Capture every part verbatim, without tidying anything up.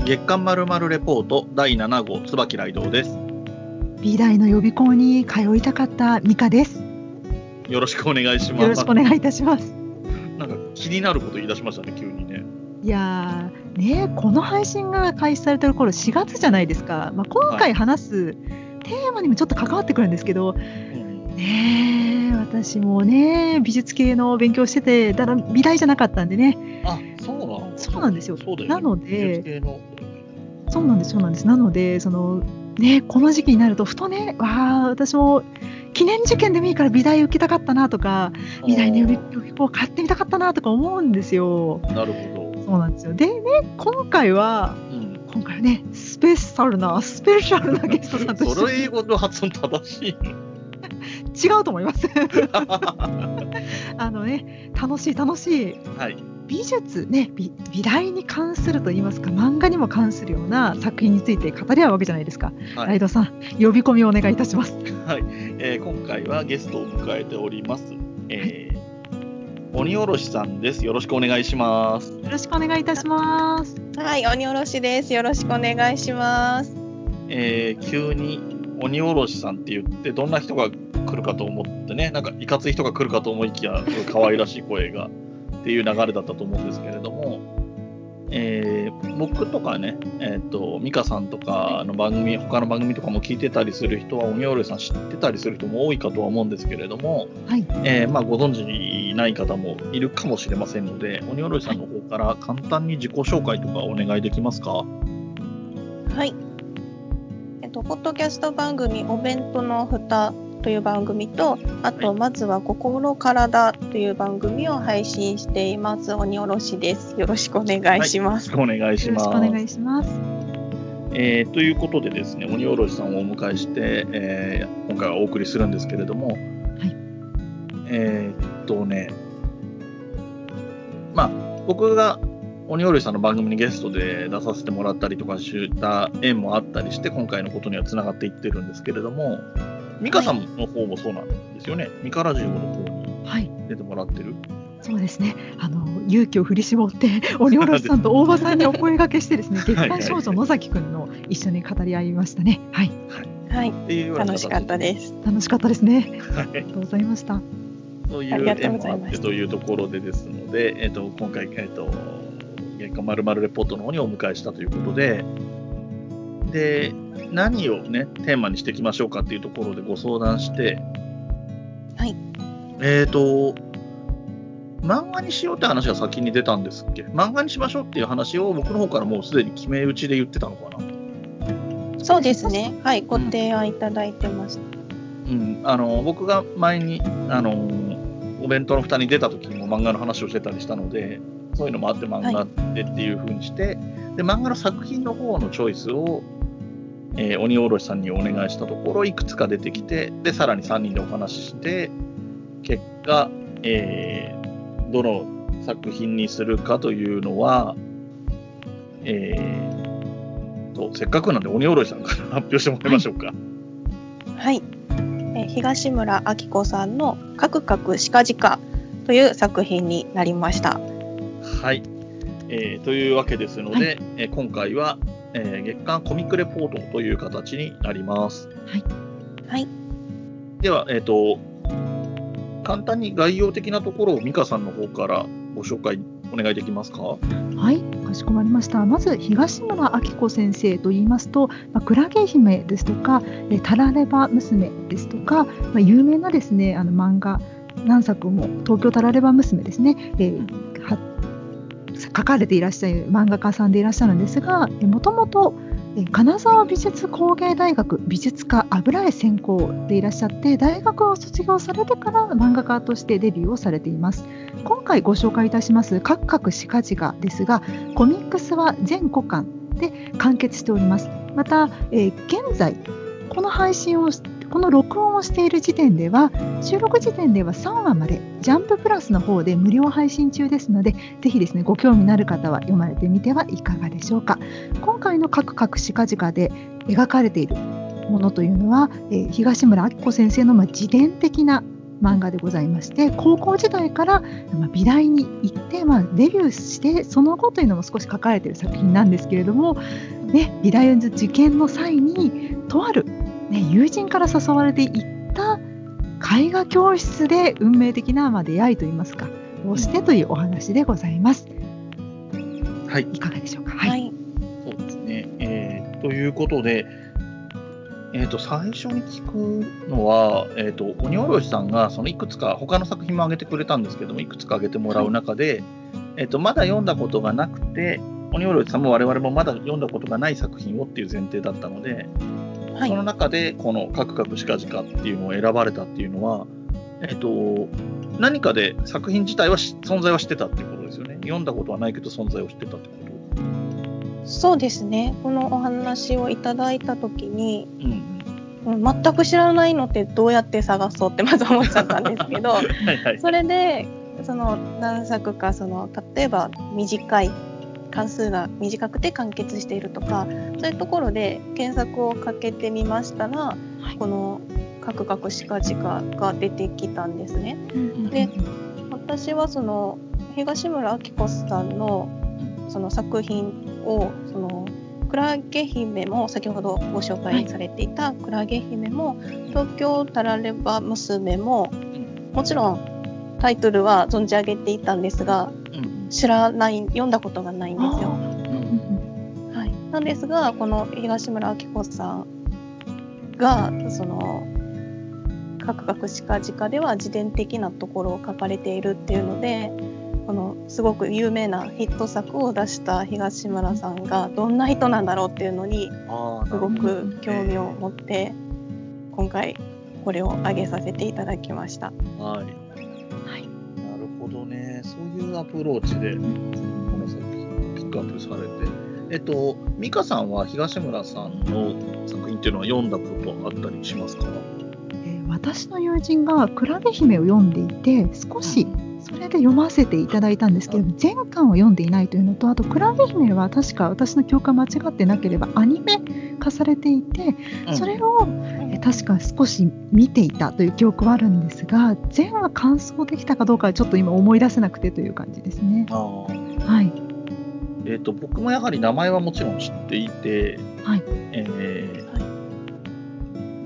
月刊まるまるレポートだいなな号椿雷堂です。 美大の予備校に通いたかったミカです。 よろしくお願いします。 よろしくお願いいたします。 なんか気になること言い出しましたね、急にね。 いやーね、この配信が開始されてる頃しがつじゃないですか。まあ、今回話すテーマにもちょっと関わってくるんですけど、はい、ねえ、私もね美術系の勉強してて、だから美大じゃなかったんでね。 あ、そうなの。 そうなんですよ。 そうだよね、 なので、 美術系のそうなんですそうなんです。なのでそのね、この時期になるとふとね、わあ私も記念受験でもいいから美大受けたかったなとか、美大の予備校買ってみたかったなとか思うんですよ。 なるほど。 そうなんですよ。でね、今回は、うん、今回はねスペシャルなスペシャルなゲストさんと一緒にそれ英語の発音正しいの？ 違うと思いますあのね、楽しい楽しい、はい、美術ね、美、美大に関すると言いますか、漫画にも関するような作品について語り合うわけじゃないですか。ライドさん、呼び込みをお願いいたします。 はい、えー、今回はゲストを迎えております、えー、鬼おろしさんです。よろしくお願いします。 よろしくお願いいたします。 はい、鬼おろしです。よろしくお願いします。 えー、急に鬼おろしさんって言ってどんな人が来るかと思ってね、なんかいかつい人が来るかと思いきや可愛らしい声がっていう流れだったと思うんですけれども、えー、僕とかね、えーと、ミカさんとかの番組、他の番組とかも聞いてたりする人は鬼おろしさん知ってたりする人も多いかとは思うんですけれども、はい、えーまあ、ご存知ない方もいるかもしれませんので、鬼おろしさんの方から簡単に自己紹介とかお願いできますか？ はい、えっと、ポッドキャスト番組お弁当の蓋という番組と、あと、はい、まずは心体という番組を配信しています鬼おろしです。よろしくお願いします。 はい、よろしくお願いします。 よろしくお願いします。 えー、ということでですね、鬼おろしさんをお迎えして、えー、今回はお送りするんですけれども、はい、えー、っとね、まあ僕が鬼おろしさんの番組にゲストで出させてもらったりとかした縁もあったりして、今回のことにはつながっていってるんですけれども、ミカさんの方もそうなんですよね。はい、ミカラジオの方に出てもらってる、はい、 そうですね。あの勇気を振り絞って鬼おろしさんと大場さんにお声掛けしてですね月刊少女野崎くんの一緒に語り合いましたね。はいはい、っていう楽しかったです。 楽しかったですね。ありがとうございました。 そういう縁もあってというところでですので、えっと今回えっと月刊まるまるレポートの方にお迎えしたということで、で何をねテーマにしていきましょうかっていうところでご相談して、 はい。 えっと漫画にしようって話が先に出たんですっけ？漫画にしましょうっていう話を僕の方からもうすでに決め打ちで言ってたのかな？ そうですね。はい、ご提案いただいてました。 うん、あの僕が前にあのお弁当の蓋に出た時にも漫画の話をしてたりしたので、そういうのもあって漫画でっていう風にして、はい、で漫画の作品の方のチョイスを、えー、鬼おろしさんにお願いしたところいくつか出てきて、でさらにさんにんでお話しして結果、えー、どの作品にするかというのは、えー、とせっかくなんで鬼おろしさんから発表してもらいましょうか。 はい、はい、東村明子さんのカクカクシカジカという作品になりました。 はい、えー、というわけですので、はい、えー、今回は、えー、月刊コミックレポートという形になります。 はい、 はい、 では、えーと、簡単に概要的なところを美香さんの方からご紹介お願いできますか？ はい、かしこまりました。まず東村明子先生と言いますと、まあ、クラゲ姫ですとかえタラレバ娘ですとか、まあ、有名なですねあの漫画何作も東京タラレバ娘ですね、えー、は書かれていらっしゃる漫画家さんでいらっしゃるんですが、もともと金沢美術工芸大学美術科油絵専攻でいらっしゃって、大学を卒業されてから漫画家としてデビューをされています。今回ご紹介いたしますカクカクシカジカですが、コミックスは全ごかんで完結しております。また、えー、現在この配信をこの録音をしている時点では、収録時点ではさんわまでジャンププラスの方で無料配信中ですので、ぜひですねご興味のある方は読まれてみてはいかがでしょうか。今回のカクカクシカジカで描かれているものというのは、えー、東村明子先生の、まあ、自伝的な漫画でございまして、高校時代から、まあ、美大に行って、まあ、デビューしてその後というのも少し書かれている作品なんですけれども、ね、美大受験の際にとある、ね、友人から誘われて行った絵画教室で運命的な、まあ、出会いといいますかをしてというお話でございます。 はい、 いかがでしょうか。 はい、 はい、 そうですね。えー、ということで、えー、と最初に聞くのは、えー、と鬼おろしさんがそのいくつか他の作品も挙げてくれたんですけども、いくつか挙げてもらう中で、はい、えー、とまだ読んだことがなくて、鬼おろしさんも我々もまだ読んだことがない作品をっていう前提だったので、はい、その中でこのカクカクシカジカっていうのを選ばれたっていうのは、えー、と何かで作品自体は存在はしてたっていうことですよね。読んだことはないけど存在をしてたってこと。 そうですね。このお話をいただいたときに、 うん、 全く知らないのってどうやって探そうってまず思っちゃったんですけどはいはい、それでその何作かその例えば短い関数が短くて完結しているとか、そういうところで検索をかけてみましたら、はい、このカクカクシカジカが出てきたんですね。で、私はその東村明子さんのその作品をそのクラゲ姫も先ほどご紹介されていたクラゲ姫も、はい、東京タラレバ娘も、うん、もちろんタイトルは存じ上げていたんですが、うん、知らない読んだことがないんですよ、はい、なんですがこの東村明子さんがそのカクカクシカジカでは自伝的なところを書かれているっていうので、このすごく有名なヒット作を出した東村さんがどんな人なんだろうっていうのにすごく興味を持って今回これを挙げさせていただきました。 はい、はい、なるほどね。そういうアプローチでこの作品をピックアップされて、えっと美香さんは東村さんの作品っていうのは読んだことあったりしますか？ えー、私の友人がクラゲ姫を読んでいて少し、うんそれで読ませていただいたんですけれども、全巻を読んでいないというのと、あとクラゲ姫は確か私の記憶が間違ってなければアニメ化されていて、それを、え確か少し見ていたという記憶はあるんですが、全話完走できたかどうかはちょっと今思い出せなくてという感じですね。 あ、 はいえー、と僕もやはり名前はもちろん知っていて、 はいえーはい、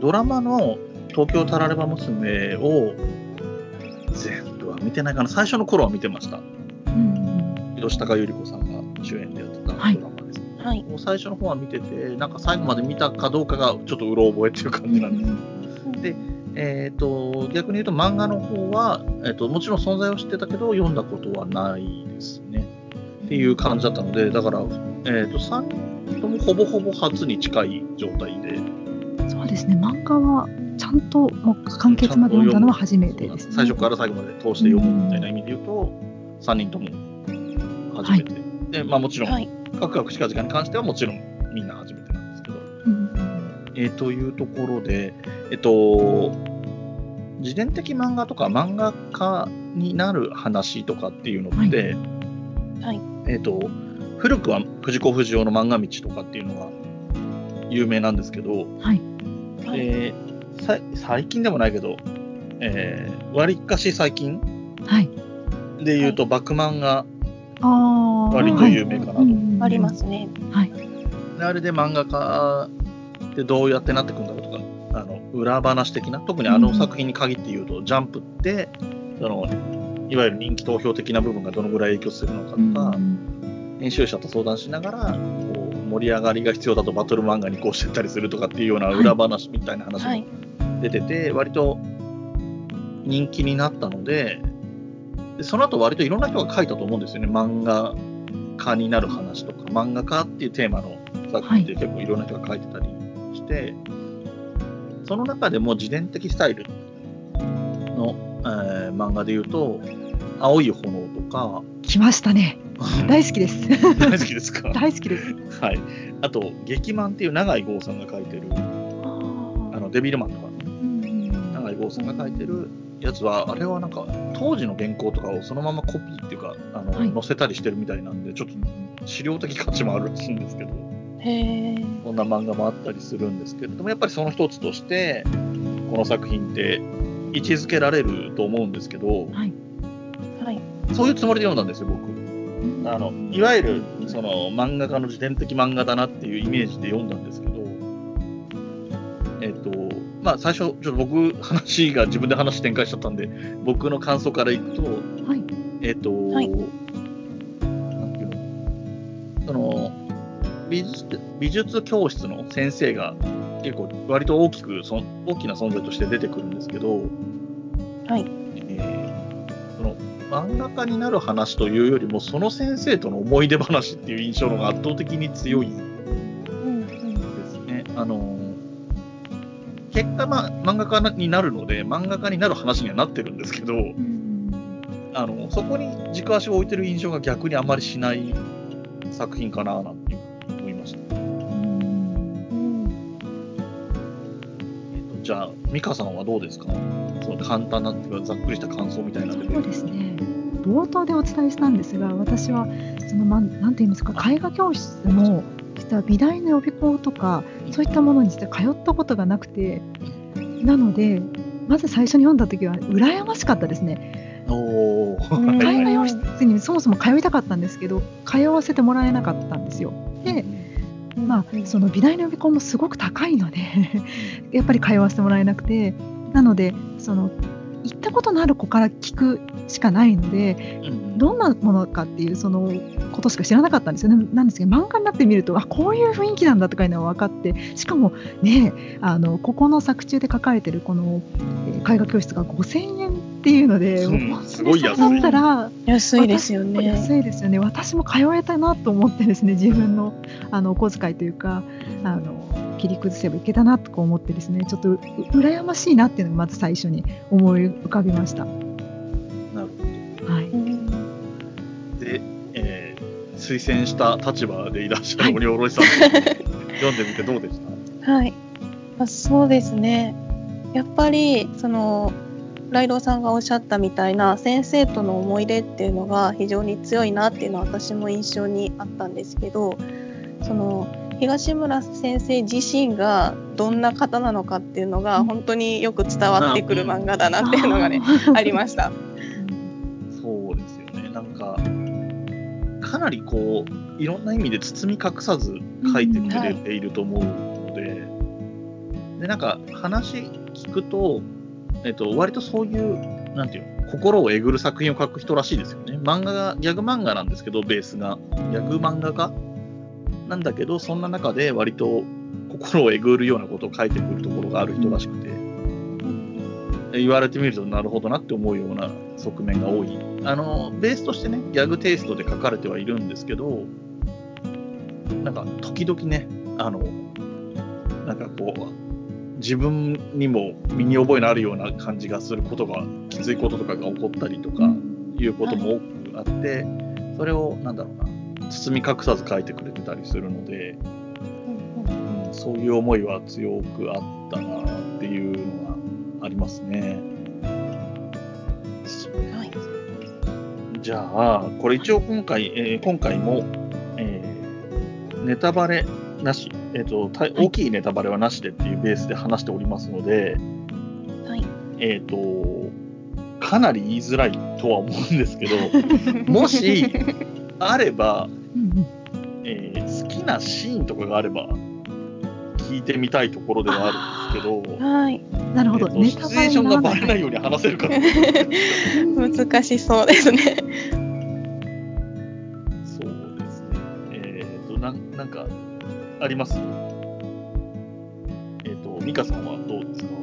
ドラマの東京タラレバ娘を全部は見てないかな。最初の頃は見てました。うんうん、吉高由里子さんが主演でやってたドラマです、はい、もう最初の方は見てて、なんか最後まで見たかどうかがちょっとうろ覚えっていう感じなんです、うんうん、で、えー、と逆に言うと漫画の方は、えー、ともちろん存在を知ってたけど読んだことはないですねっていう感じだったので、だから、えー、とさんにんともほぼほぼ初に近い状態で。 そうですね、漫画はちゃんともう完結まで読んだのは初めてですね。 最初から最後まで通して読むみたいな意味で言うと、うん、さんにんとも初めて、はい、で、まあ、もちろん、はい、カクカクシカジカに関してはもちろんみんな初めてなんですけど、うん、えー、というところで、えっと自伝的漫画とか漫画家になる話とかっていうのって、はい、えー、と古くは藤子不二雄の漫画道とかっていうのが有名なんですけど、はいえー、最近でもないけど、えー、割かし最近、はい、でいうと、はい、バクマンが割と有名かなと、はい、 ありますね、 はい、であれで漫画家ってどうやってなってくるんだろうとか、あの裏話的な、特にあの作品に限って言うと、うん、ジャンプってそのいわゆる人気投票的な部分がどのぐらい影響するのかとか、うん、編集者と相談しながらこう盛り上がりが必要だとバトル漫画にこうしてったりするとかっていうような裏話みたいな話も出てて、はいはい、割と人気になったので、でその後割といろんな人が書いたと思うんですよね。漫画家になる話とか、漫画家っていうテーマの作品って結構いろんな人が書いてたりして、はい、その中でも自伝的スタイルの、えー、漫画でいうと青い炎とか。 来ましたね。大好きです大好きですか？ 大好きです。 はい。あと劇漫っていう永井豪さんが書いてるあのデビルマンとか、うん、永井豪さんが書いてるやつは、あれはなんか当時の原稿とかをそのままコピーっていうかあの、はい、載せたりしてるみたいなんで、ちょっと資料的価値もあるらしいんですけど、へー、こんな漫画もあったりするんですけれども、やっぱりその一つとしてこの作品って位置づけられると思うんですけど、 はいはい。 そういうつもりで読んだんですよ、僕。あのいわゆるその漫画家の自伝的漫画だなっていうイメージで読んだんですけど、えっとまあ、最初ちょっと僕話が自分で話展開しちゃったんで、僕の感想からいくと、 はいえっと、 はい、 なんていうの、その美術美術教室の先生が結構割と大きくそ大きな存在として出てくるんですけど、 はい。 えーその漫画家になる話というよりもその先生との思い出話っていう印象の方が圧倒的に強いうんうんですね。あの結果、まあ、漫画家になるので漫画家になる話にはなってるんですけど、 うんあのそこに軸足を置いてる印象が逆にあまりしない作品かななんていうふうに思いました。 うんえっと、じゃあ美香さんはどうですか？その簡単なっていうかざっくりした感想みたいなレベル。 そうですね。冒頭でお伝えしたんですが、私はその、まあ、なんていうんですか、絵画教室も実は美大の予備校とかそういったものに実は通ったことがなくて、なのでまず最初に読んだ時は羨ましかったですね。 おーうんはいはい絵画教室にそもそも通いたかったんですけど、通わせてもらえなかったんですよ。で、 うんまあ、その美大の予備校もすごく高いのでやっぱり通わせてもらえなくて、なのでその行ったことのある子から聞くしかないので、 うんうんどんなものかっていうそのことしか知らなかったんですよね。なんですけど漫画になってみると、あ、こういう雰囲気なんだとかいうのが分かって、しかもね、あのここの作中で書かれてるこの、えー絵画教室がごせんえんっていうので、 うんもう本すごい安い当にそれだったら安いですよね。 私も安いですよね。私も通えたなと思ってですね、自分のあのお小遣いというか、あの切り崩せばいけたなとか思ってですね、ちょっとう羨ましいなっていうのがまず最初に思い浮かびました。 なるほはい。 うんど。で、えー推薦した立場でいらっしゃはいる鬼おろしさん、読んでみてどうでした？ はい。あ、そうですね。やっぱりそのライドウさんがおっしゃったみたいな先生との思い出っていうのが非常に強いなっていうのは私も印象にあったんですけど、その東村先生自身がどんな方なのかっていうのが本当によく伝わってくる漫画だなっていうのがね、ありました。 そうですよね。なんかかなりこういろんな意味で包み隠さず書いてくれていると思うので、でなんか話聞くと、えっと割とそういうなんていうの心をえぐる作品を書く人らしいですよね。漫画がギャグ漫画なんですけど、ベースがギャグ漫画家なんだけど、そんな中で割と心をえぐるようなことを書いてくるところがある人らしくて、言われてみるとなるほどなって思うような側面が多い。あのベースとしてねギャグテイストで書かれてはいるんですけど、なんか時々ね、あのなんかこう自分にも身に覚えのあるような感じがすることが、きついこととかが起こったりとかいうことも多くあって、それをなんだろうな、包み隠さず書いてくれてたりするので、うん、そういう思いは強くあったなっていうのがありますね。 はい。 じゃあこれ一応今回、えー、今回も、えー、ネタバレなし、えーと、大きいネタバレはなしでっていうベースで話しておりますので、 はい、 えーとかなり言いづらいとは思うんですけどもしあれば、えー、好きなシーンとかがあれば聞いてみたいところではあるんですけど、 はい、 なるほど、 えーとシチュエーションがバレないように話せるかどうか難しそうですね。 そうですね。えっ、ー、とな、なんかあります？えっ、ー、と美香さんはどうですか？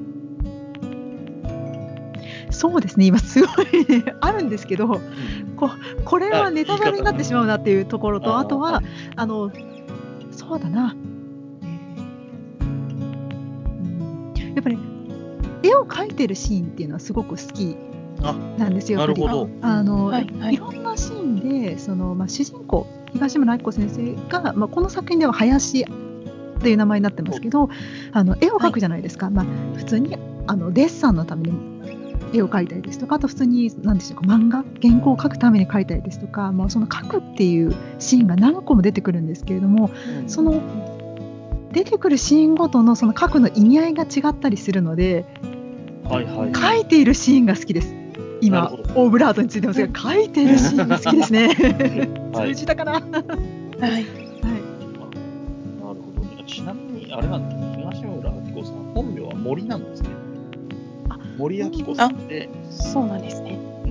そうですね、今すごい、ね、あるんですけど、うん、こ, これはネタバレになってしまうなっていうところと、 あ, あとは、はい、あのそうだな、えーうん、やっぱり絵を描いてるシーンっていうのはすごく好きなんですよ。 なるほど。 あの、 はいはい、 いろんなシーンでその、まあ、主人公東村明子先生が、まあ、この作品では林という名前になってますけど、あの絵を描くじゃないですか、はい、まあ、普通にあのデッサンのために絵を描いたりですとか、あと普通に何でしょうか、漫画原稿を描くために描いたりですとか、まあ、その描くっていうシーンが何個も出てくるんですけれども、うん、その出てくるシーンごとのその描くの意味合いが違ったりするので、 はいはい。 書いているシーンが好きです。今オブラートについてますが、書いているシーンが好きですね。通じたかな。はい。はい。 なるほど。ちなみにあれなんですね。東村明子さん、本名は森なんですね。森明子さんで。 そうなんですね。 うん。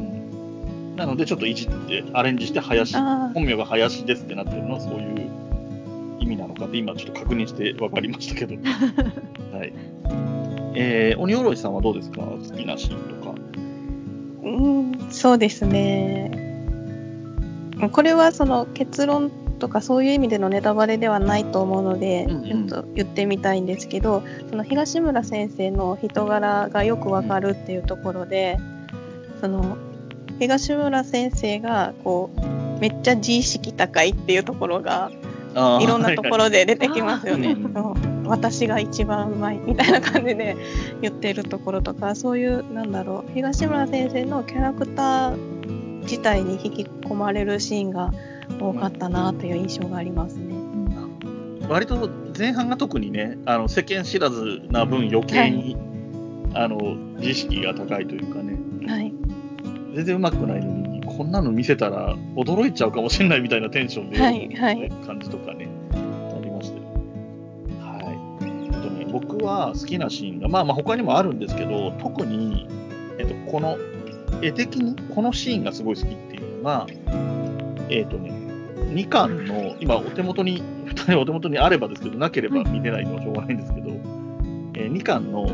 なのでちょっといじってアレンジして林、本名が林ですってなってるのはそういう意味なのかって今ちょっと確認して分かりましたけど。はい。えー、鬼おろしさんはどうですか？好きなシーンとか。 うん、そうですね。これはその結論とかそういう意味でのネタバレではないと思うので、 うんうん、 ちょっと言ってみたいんですけど、その東村先生の人柄がよくわかるっていうところで、うん、その東村先生がこうめっちゃ自意識高いっていうところがいろんなところで出てきますよね。私が一番うまいみたいな感じで言ってるところとか、そういうなんだろう、東村先生のキャラクター自体に引き込まれるシーンが多かったなという印象がありますね。 うん、割と前半が特にね、あの世間知らずな分余計に、はい、あの自意識が高いというかね、はい、全然うまくないのにこんなの見せたら驚いちゃうかもしれないみたいなテンションで、はいはい、感じとかねありましたよね。はい。えっとね、僕は好きなシーンがまあまあ他にもあるんですけど、特にえっとこの絵的にこのシーンがすごい好きっていうのが、えっとね、にかんの、今お手元に、ふたりお手元にあればですけど、なければ見れないのはしょうがないんですけど、えー、にかんの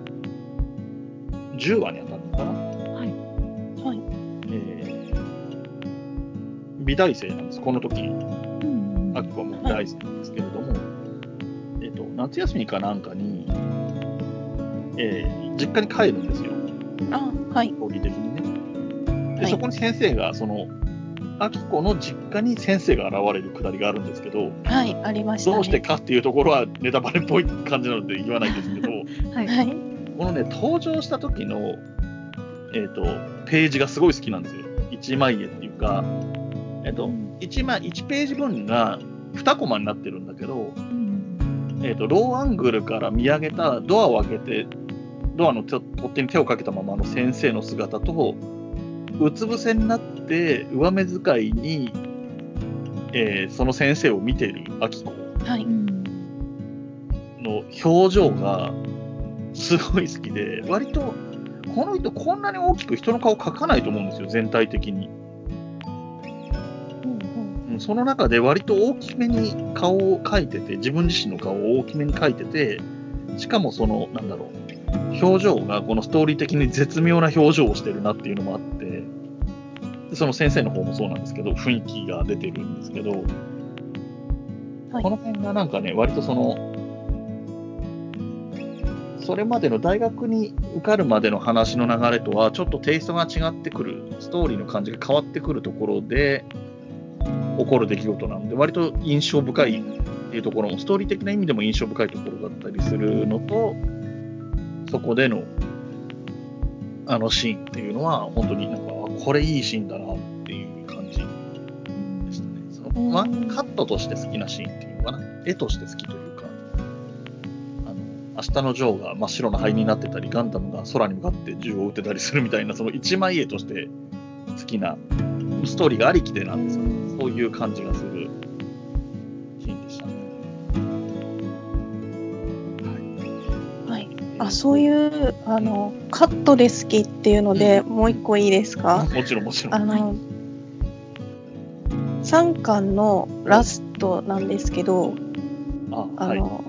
じゅうわに当たるのかな。はい。はい。えー、美大生なんです、この時。あきこはもう美大生なんですけれども、はい、えっと、夏休みかなんかに、えー、実家に帰るんですよ。 あ、はい。 合理的にね。で、はい、そこに先生が、その、あきこの実家に先生が現れるくだりがあるんですけど、 はい、ありましたね。 どうしてかっていうところはネタバレっぽい感じなので言わないですけど、はい、このね、登場した時の、えーと、ページがすごい好きなんですよ。一枚絵っていうか、えーと、1, 枚いちページ分がにコマになってるんだけど、えーと、ローアングルから見上げたドアを開けて、ドアの取っ手に手をかけたままの先生の姿と、うつ伏せになって上目遣いに、えー、その先生を見ているあきこの表情がすごい好きで、割とこの人こんなに大きく人の顔描かないと思うんですよ、全体的に。うんうん、その中で割と大きめに顔を描いてて、自分自身の顔を大きめに描いてて、しかもそのなんだろう、表情がこのストーリー的に絶妙な表情をしてるなっていうのもあって、でその先生の方もそうなんですけど、雰囲気が出てるんですけど、はい、この辺がなんかね、割とそのそれまでの大学に受かるまでの話の流れとはちょっとテイストが違ってくる、ストーリーの感じが変わってくるところで起こる出来事なので、割と印象深いっていうところも、ストーリー的な意味でも印象深いところだったりするのと、そこでのあのシーンっていうのは本当になんかこれいいシーンだなっていう感じでしたね。そのワンカットとして好きなシーンっていうのかな、絵として好きというか、あの明日のジョーが真っ白な灰になってたり、ガンダムが空に向かって銃を撃ってたりするみたいな、その一枚絵として好きなストーリーがありきでなんですよ。そういう感じがするシーンでしたね。 はい。はい。あ、そういうあの、うん、カットで好きっていうので、うん、もう一個いいですか？ もちろんもちろん。 あのさんかんのラストなんですけど、あ, あの、はい、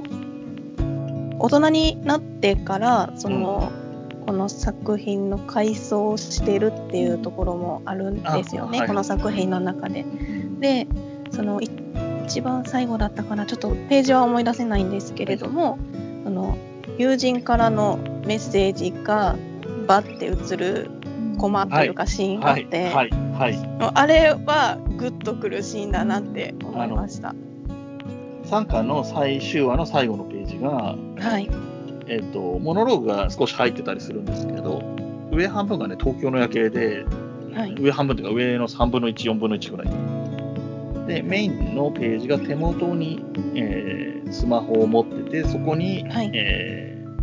大人になってからその、うん、この作品の回想をしてるっていうところもあるんですよね、はい、この作品の中で。で、その一番最後だったかな、ちょっとページは思い出せないんですけれども、その友人からのメッセージがバッて映るコマというかシーンがあって、はいはいはい、あれはグッとくるシーンだなって思いました。 さんかんの最終話の最後のページが、はいえーと、モノローグが少し入ってたりするんですけど、上半分がね東京の夜景で、はい、上半分というか上のさんぶんのいち、よんぶんのいちぐらいで、メインのページが手元に、えー、スマホを持ってて、そこに、はいえ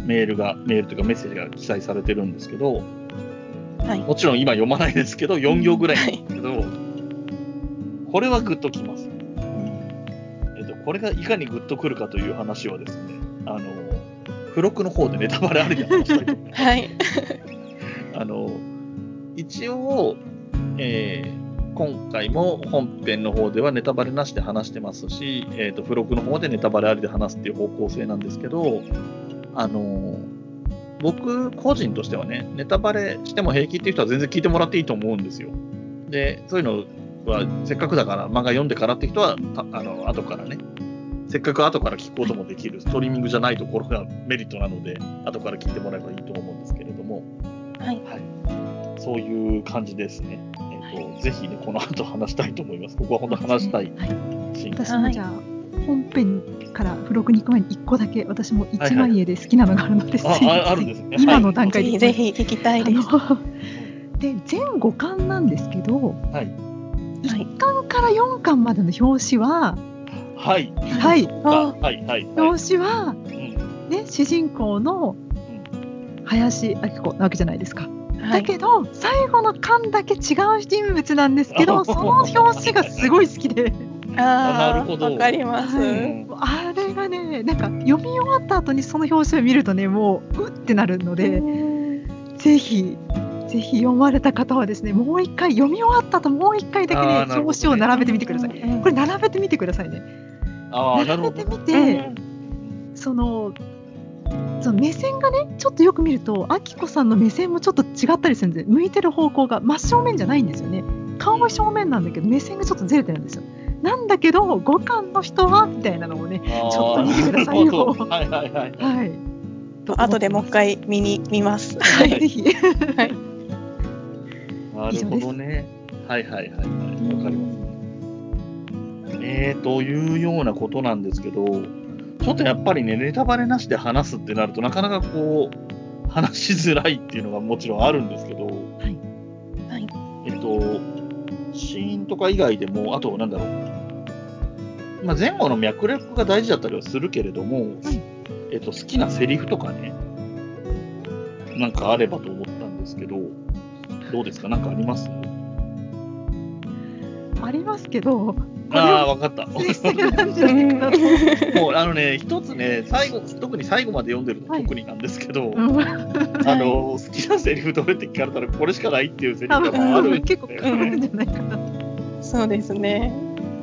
メールが、メールというかメッセージが記載されてるんですけど、 はい。 もちろん今読まないですけど、よん行ぐらいなんですけど、これはグッときます。えっと、これがいかにグッとくるかという話はですね、あの、付録の方でネタバレありで話したいと思います。 はい。 あの、一応、えー今回も本編の方ではネタバレなしで話してますし、えーと、付録の方でネタバレありで話すっていう方向性なんですけど、あの、僕個人としてはね、ネタバレしても平気っていう人は全然聞いてもらっていいと思うんですよ。で、そういうのはせっかくだから漫画読んでからっていう人は、たあの、後からね、せっかく後から聞くこともできるストリーミングじゃないところがメリットなので、後から聞いてもらえばいいと思うんですけれども、 はい。 はい、そういう感じですね。えーと、ぜひね、この後話したいと思います。ここは本当話したいシはい、 ーン。 私もじゃあ、本編から付録に行く前にいっこだけ私も一枚絵で好きなのがあるので、 はいはい、ああるんですね。 今の段階で、 ぜひぜひ聞きたいです。 で全ごかんなんですけど、 はい、 いっかんからよんかんまでの表紙は、 はいはいはいはい、 表紙は、 うんね、主人公の林明子なわけじゃないですか。だけど最後の巻だけ違う人物なんですけど、その表紙がすごい好きで、 ああ、わかります、 はい、あれがね、なんか読み終わった後にその表紙を見るとね、もううってなるので、ぜひぜひ読まれた方はですね、もう一回読み終わった後もう一回だけね、表紙を並べてみてください。これ並べてみてくださいね。 あ、 並べてみて、そのその目線がね、ちょっとよく見ると、あきこさんの目線もちょっと違ったりするんですよ。向いてる方向が真正面じゃないんですよね。顔は正面なんだけど、目線がちょっとずれてるんですよ。なんだけど、ごかんの人はみたいなのをね、ちょっと見てくださいよ。 はいはいはい。 はい。 後でもう一回見に見ます。 はい、ぜひ。はい。 なるほどね。はいはいはいはい。わかります。えーというようなことなんですけど、ちょっとやっぱりね、ネタバレなしで話すってなるとなかなかこう話しづらいっていうのがもちろんあるんですけど、はいはい、 えっとシーンとか以外でも、あとなんだろう、まあ、前後の脈絡が大事だったりはするけれども、はい、えっと好きなセリフとかね、なんかあればと思ったんですけど、どうですか、なんかあります？ ありますけど。 ああ、わかった。 もうあのね、一つね、最後、特に最後まで読んでると特になんですけど、はい、あの、好きなセリフどれって聞かれたらこれしかないっていうセリフがあるんですよね。結構あるんじゃないかな。 そうですね。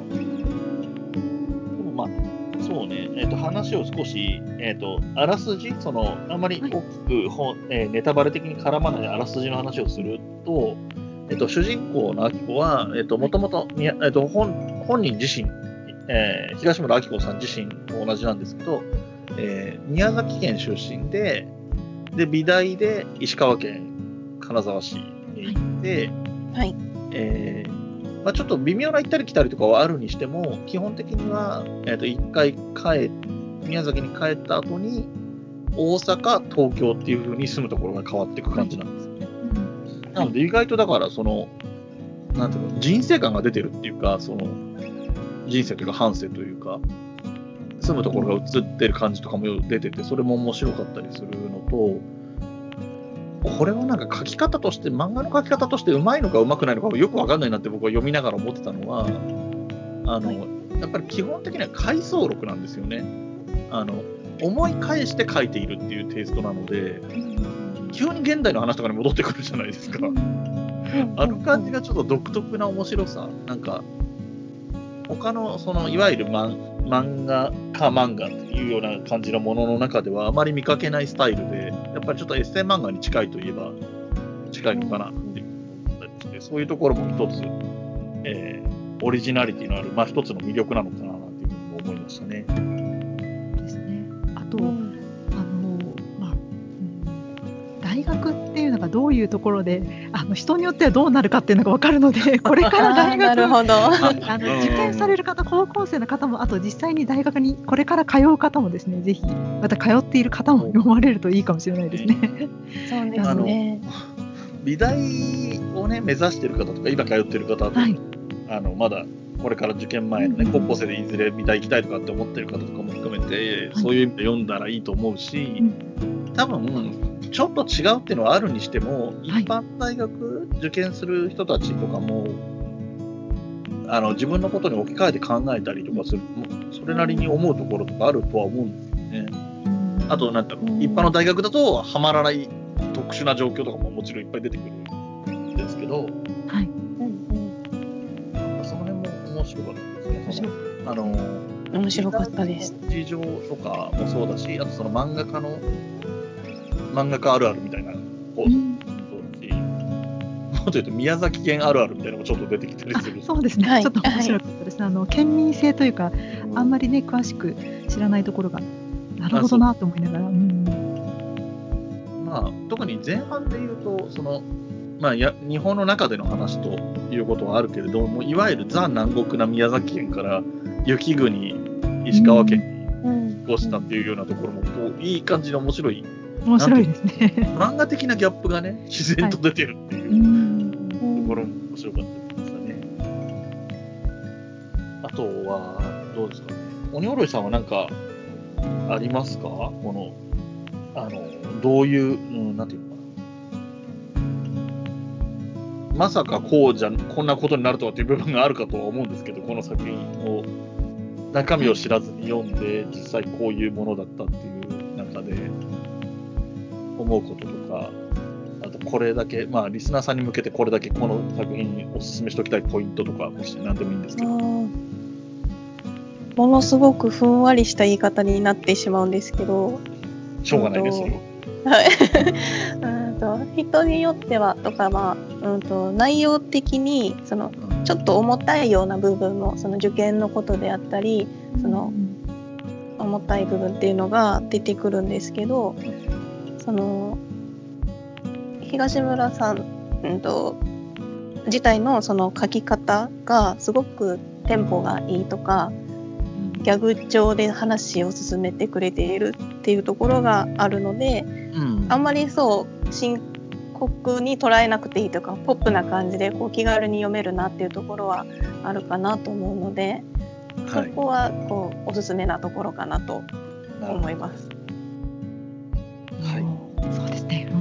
でもまあ、そうね、えっと、話を少し、えっと、あらすじ、その、あんまり大きく本、えー、ネタバレ的に絡まないあらすじの話をすると、えっと、主人公の明子は、えっと、もともと、えっと、本、本人自身、えー、東村明子さん自身も同じなんですけど、えー、宮崎県出身で、で、美大で石川県金沢市に行って、はい、えー、まあ、ちょっと微妙な行ったり来たりとかはあるにしても、基本的には、えっと、一回帰、宮崎に帰った後に、大阪、東京っていう風に住むところが変わっていく感じなんですよね。はい、なので、意外とだから、その、なんていうの、人生観が出てるっていうか、その、人生というか半生というか、住むところが映ってる感じとかも出てて、それも面白かったりするのと、これはなんか書き方として、漫画の書き方としてうまいのかうまくないのかよくわかんないなって僕は読みながら思ってたのは、あの、はい、やっぱり基本的には回想録なんですよね。あの、思い返して書いているっていうテイストなので、急に現代の話とかに戻ってくるじゃないですか。あの感じがちょっと独特な面白さ、なんか、他のそのいわゆる漫画か漫画っていうような感じのものの中ではあまり見かけないスタイルで、やっぱりちょっとエッセイ漫画に近いといえば近いのかなって思ったりして、そういうところも一つ、えー、オリジナリティのある、まあ一つの魅力なのかなっていうふうにも思いましたね。 ですね。あと、うん、あのまあ、うん、大学っていうのがどういうところで、あの人によってはどうなるかっていうのが分かるので、これから大学なるほどあの受験される方、高校生の方も、あと実際に大学にこれから通う方もですね、ぜひまた通っている方も読まれるといいかもしれないですね。 そうですね。 美大をね目指している方とか今通っている方と、はい、あのまだこれから受験前のね、 うん高校生でいずれ美大行きたいとかって思ってる方とかも含めて、そういう意味で読んだらいいと思うし、多分ちょっと違うっていうのはあるにしても、一般大学受験する人たちとかも、あの自分のことに置き換えて考えたりとかする、それなりに思うところとかあるとは思うんですよね。あとなんか一般の大学だとはまらない特殊な状況とかももちろんいっぱい出てくるんですけど、 はい、 その辺も面白かったですね。そのあの面白かったです。 事情とかもそうだし、あとその漫画家の漫画家あるあるみたいなこう、うん、そうだし、もっと言うと宮崎県あるあるみたいなのもちょっと出てきたりする。 そうですね、はい、ちょっと面白かったですね。あの県民性というか、うん、あんまりね詳しく知らないところがなるほどなと思いながら、うん、 まあ特に前半で言うとその。まあ、や日本の中での話ということはあるけれども、いわゆるザ南国な宮崎県から雪国石川県に越したっていうようなところも、こういい感じの面白い面白いですね。 漫画的なギャップがね自然と出てるっていう、はい、ところも面白かったですね。あとはどうですかね、鬼おろいさんは何かありますか？このあのどういう、うん、なんていうのかな、まさかこうじゃこんなことになるとはという部分があるかとは思うんですけど、この作品を中身を知らずに読んで実際こういうものだったっていう中で思うこととか、あとこれだけ、まあリスナーさんに向けてこれだけこの作品におすすめしておきたいポイントとか、もし何でもいいんですけど。 ものすごくふんわりした言い方になってしまうんですけど、 しょうがないね、それは。 うんと人によってはとか、まあ、うんと内容的にそのちょっと重たいような部分も、その受験のことであったり、その重たい部分っていうのが出てくるんですけど、その東村さん、うんと自体のその書き方がすごくテンポがいいとか、ギャグ調で話を進めてくれているっていうところがあるので、うん、あんまりそう深刻に捉えなくていいとか、ポップな感じでこう気軽に読めるなっていうところはあるかなと思うので、はい、そこはこうおすすめなところかなと思います。 はい、そうですね。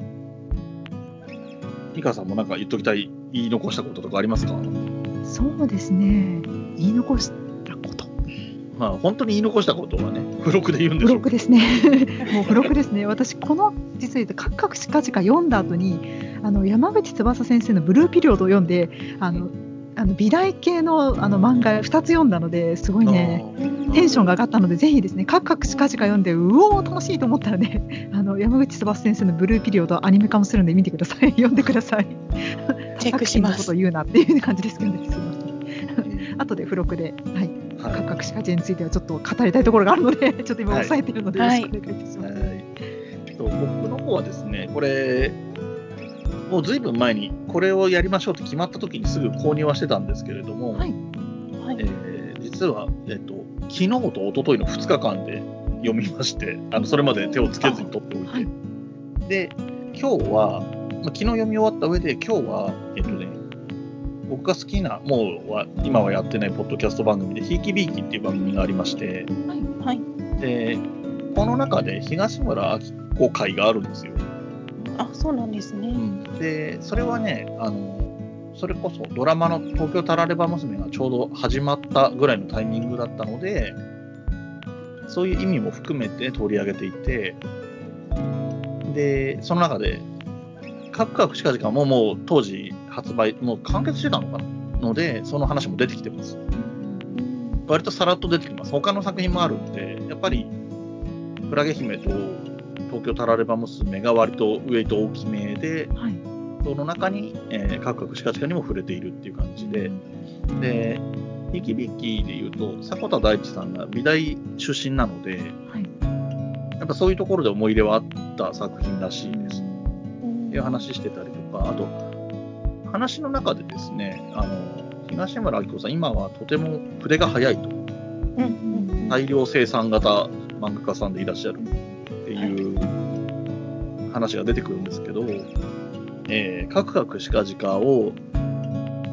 美香さんも何か言っときたい、言い残したこととかありますか？ そうですね。言い残したこと。 まあ本当に言い残したことはね、付録で言うんでしょう。 付録ですね。もう付録ですね。私この実は言うとカクカクしかじか読んだ後に、あの山口翼先生のブルーピリオドを読んで、あのあの美大系のあの漫画ふたつ読んだので、すごいねテンションが上がったので、ぜひですねカクカクしかじか読んで、うおー楽しいと思ったらね、あの山口翼先生のブルーピリオドアニメ化もするんで見てください。読んでください。 チェックします。 作品のことを言うなっていう感じですけどね。すいません。後で付録で、はい。カクカクしかじについてはちょっと語りたいところがあるので、ちょっと今抑えているので、よろしくお願いいたします。はいはい、 僕の方はですね、これもうずいぶん前にこれをやりましょうって決まった時にすぐ購入はしてたんですけれども、はいはい、えー、実は、えーと、昨日と一昨日のふつかかんで読みまして、あのそれまで手をつけずに取っておいて、はい、で今日は、まあ、昨日読み終わった上で、今日はえっ、ー、とね僕が好きな、もうは今はやってないポッドキャスト番組で、ひいきびいきっていう番組がありまして、はいはい、でこの中で東村明子会があるんですよ。 あ、そうなんですね。うん、 でそれはね、あのそれこそドラマの東京タラレバ娘がちょうど始まったぐらいのタイミングだったので、そういう意味も含めて取り上げていて、でその中でカクカクしかじかももう当時発売もう完結してたのかなので、その話も出てきてます。割とさらっと出てきます。他の作品もあるんで、やっぱりクラゲ姫と東京タラレバ娘が割とウエイト大きめで、はい、その中に、えー、カクカクしかじかにも触れているっていう感じで、でひいきびいきでいうと迫田大地さんが美大出身なので、はい、やっぱそういうところで思い入れはあった作品らしいです。っていう話してたりとか、あと話の中でですね、あの東村明子さん今はとても筆が早いと、うんうん、大量生産型漫画家さんでいらっしゃるっていう話が出てくるんですけど、えー、カクカクしかじかを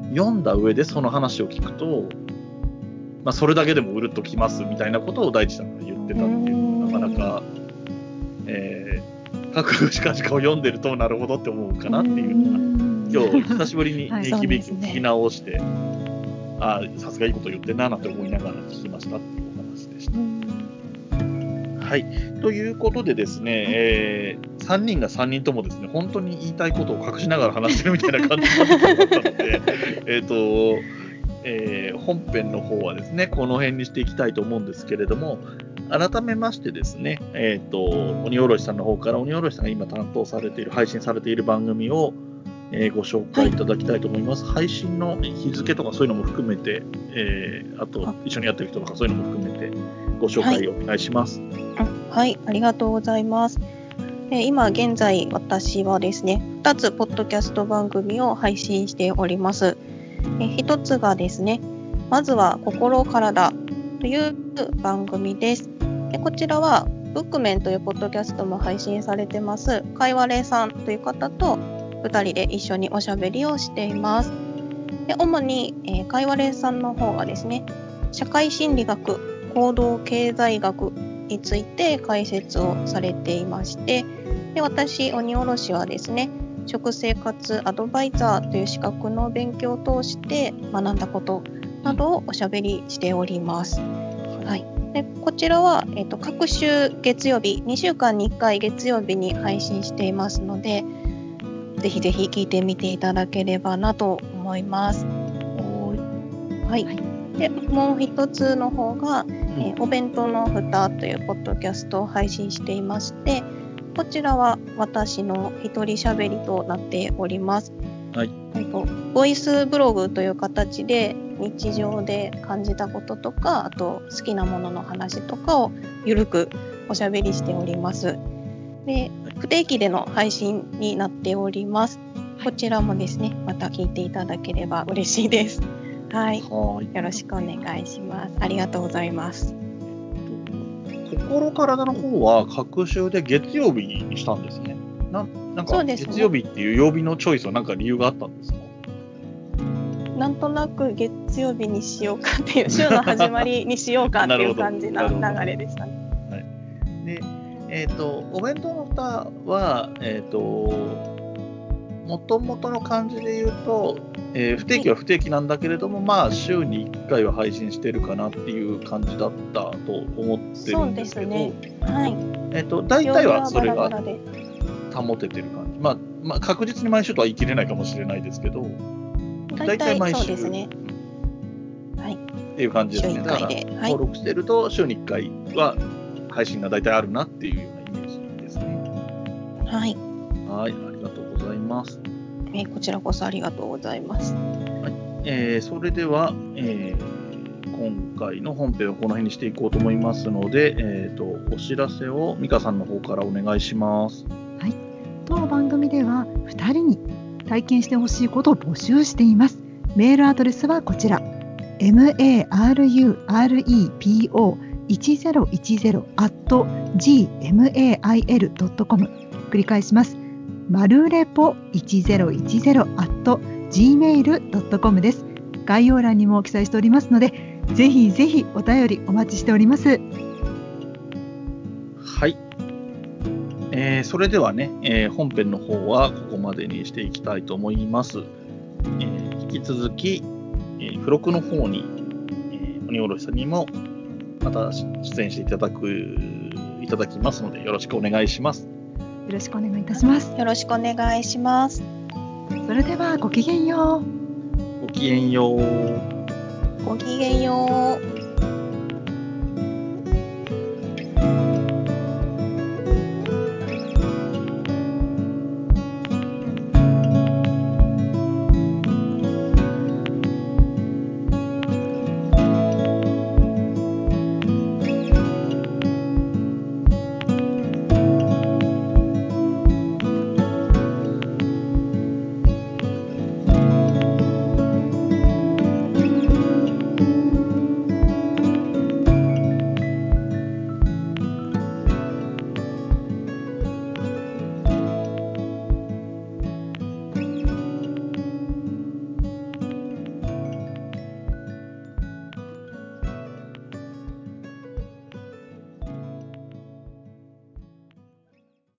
読んだ上でその話を聞くと、まあ、それだけでもうるっときますみたいなことを大地さんが言ってたっていうなかなか、えー、覚悟しかじかを読んでるとなるほどって思うかなっていうのが今日久しぶりにネイキビーキを聞き直して、ああさすがいいこと言ってんななんて思いながら聞きましたっていうお話でした。はい、ということでですね、えー、さんにんがさんにんともですね本当に言いたいことを隠しながら話してるみたいな感じになってしまったのでえっと、えー、本編の方はですねこの辺にしていきたいと思うんですけれども、改めましてですね、えっと鬼おろしさんの方から鬼おろしさんが今担当されている配信されている番組をえー、ご紹介いただきたいと思います、はい、配信の日付とかそういうのも含めて、えー、あと一緒にやってる人とかそういうのも含めてご紹介お願いします。 はい、はい、ありがとうございます。えー、今現在私はですねふたつポッドキャスト番組を配信しております。えー、ひとつがですねまずは心体という番組です。でこちらはブックメンというポッドキャストも配信されてますかいわれさんという方とふたりで一緒におしゃべりをしています。で主に、えー、かいわれさんの方がですね社会心理学、行動経済学について解説をされていまして、で私鬼おろしはですね食生活アドバイザーという資格の勉強を通して学んだことなどをおしゃべりしております。はい、でこちらは、えーと、各週月曜日にしゅうかんにいっかい月曜日に配信していますのでぜひぜひ聞いてみていただければなと思います。はい。でもう一つの方が、うんえー、お弁当の蓋というポッドキャストを配信していまして、こちらは私の一人喋りとなっております。はい。えっと、ボイスブログという形で日常で感じたこととか、あと好きなものの話とかをゆるくおしゃべりしております。で不定期での配信になっております。こちらもですね、また聞いていただければ嬉しいです。はい。はいよろしくお願いします。ありがとうございます。 心体の方は各週で月曜日にしたんですね。な、なんか月曜日っていう曜日のチョイスは何か理由があったんですか？ なんとなく月曜日にしようかっていう週の始まりにしようかっていう感じな流れでしたね。はい。 でえー、とお弁当の蓋は、えー、ともともとの感じで言うと、えー、不定期は不定期なんだけれども、はい、まあ週にいっかいは配信してるかなっていう感じだったと思ってるんですけど、そうですね。はい。えー、と大体はそれが保ててる感じ。まあ、まあ確実に毎週とは言い切れないかもしれないですけど、大体毎週そうですね。はい。 っていう感じですね。だから登録してると週にいっかいは配信が大体あるなっていうようなイメージですね。 はい。 はい、ありがとうございます。 えー、こちらこそありがとうございます。 はい、えー、それでは、えー、今回の本編をこの辺にしていこうと思いますので、えーと、お知らせを美香さんの方からお願いします。 はい、当番組ではふたりに体験してほしいことを募集しています。メールアドレスはこちら マルレポいちぜろいちぜろ アット ジーメール ドットコム 繰り返します。マルレポいちぜろいちぜろ アット ジーメール ドットコム です。概要欄にも記載しておりますので、ぜひぜひお便りお待ちしております。 はい、えー、それではね、えー、本編の方はここまでにしていきたいと思います。えー、引き続き、えー、付録の方に、えー、鬼おろしさんにもまた出演していただくいただきますのでよろしくお願いします。 よろしくお願いいたします。 よろしくお願いします。 それではごきげんよう。 ごきげんよう。 ごきげんよう。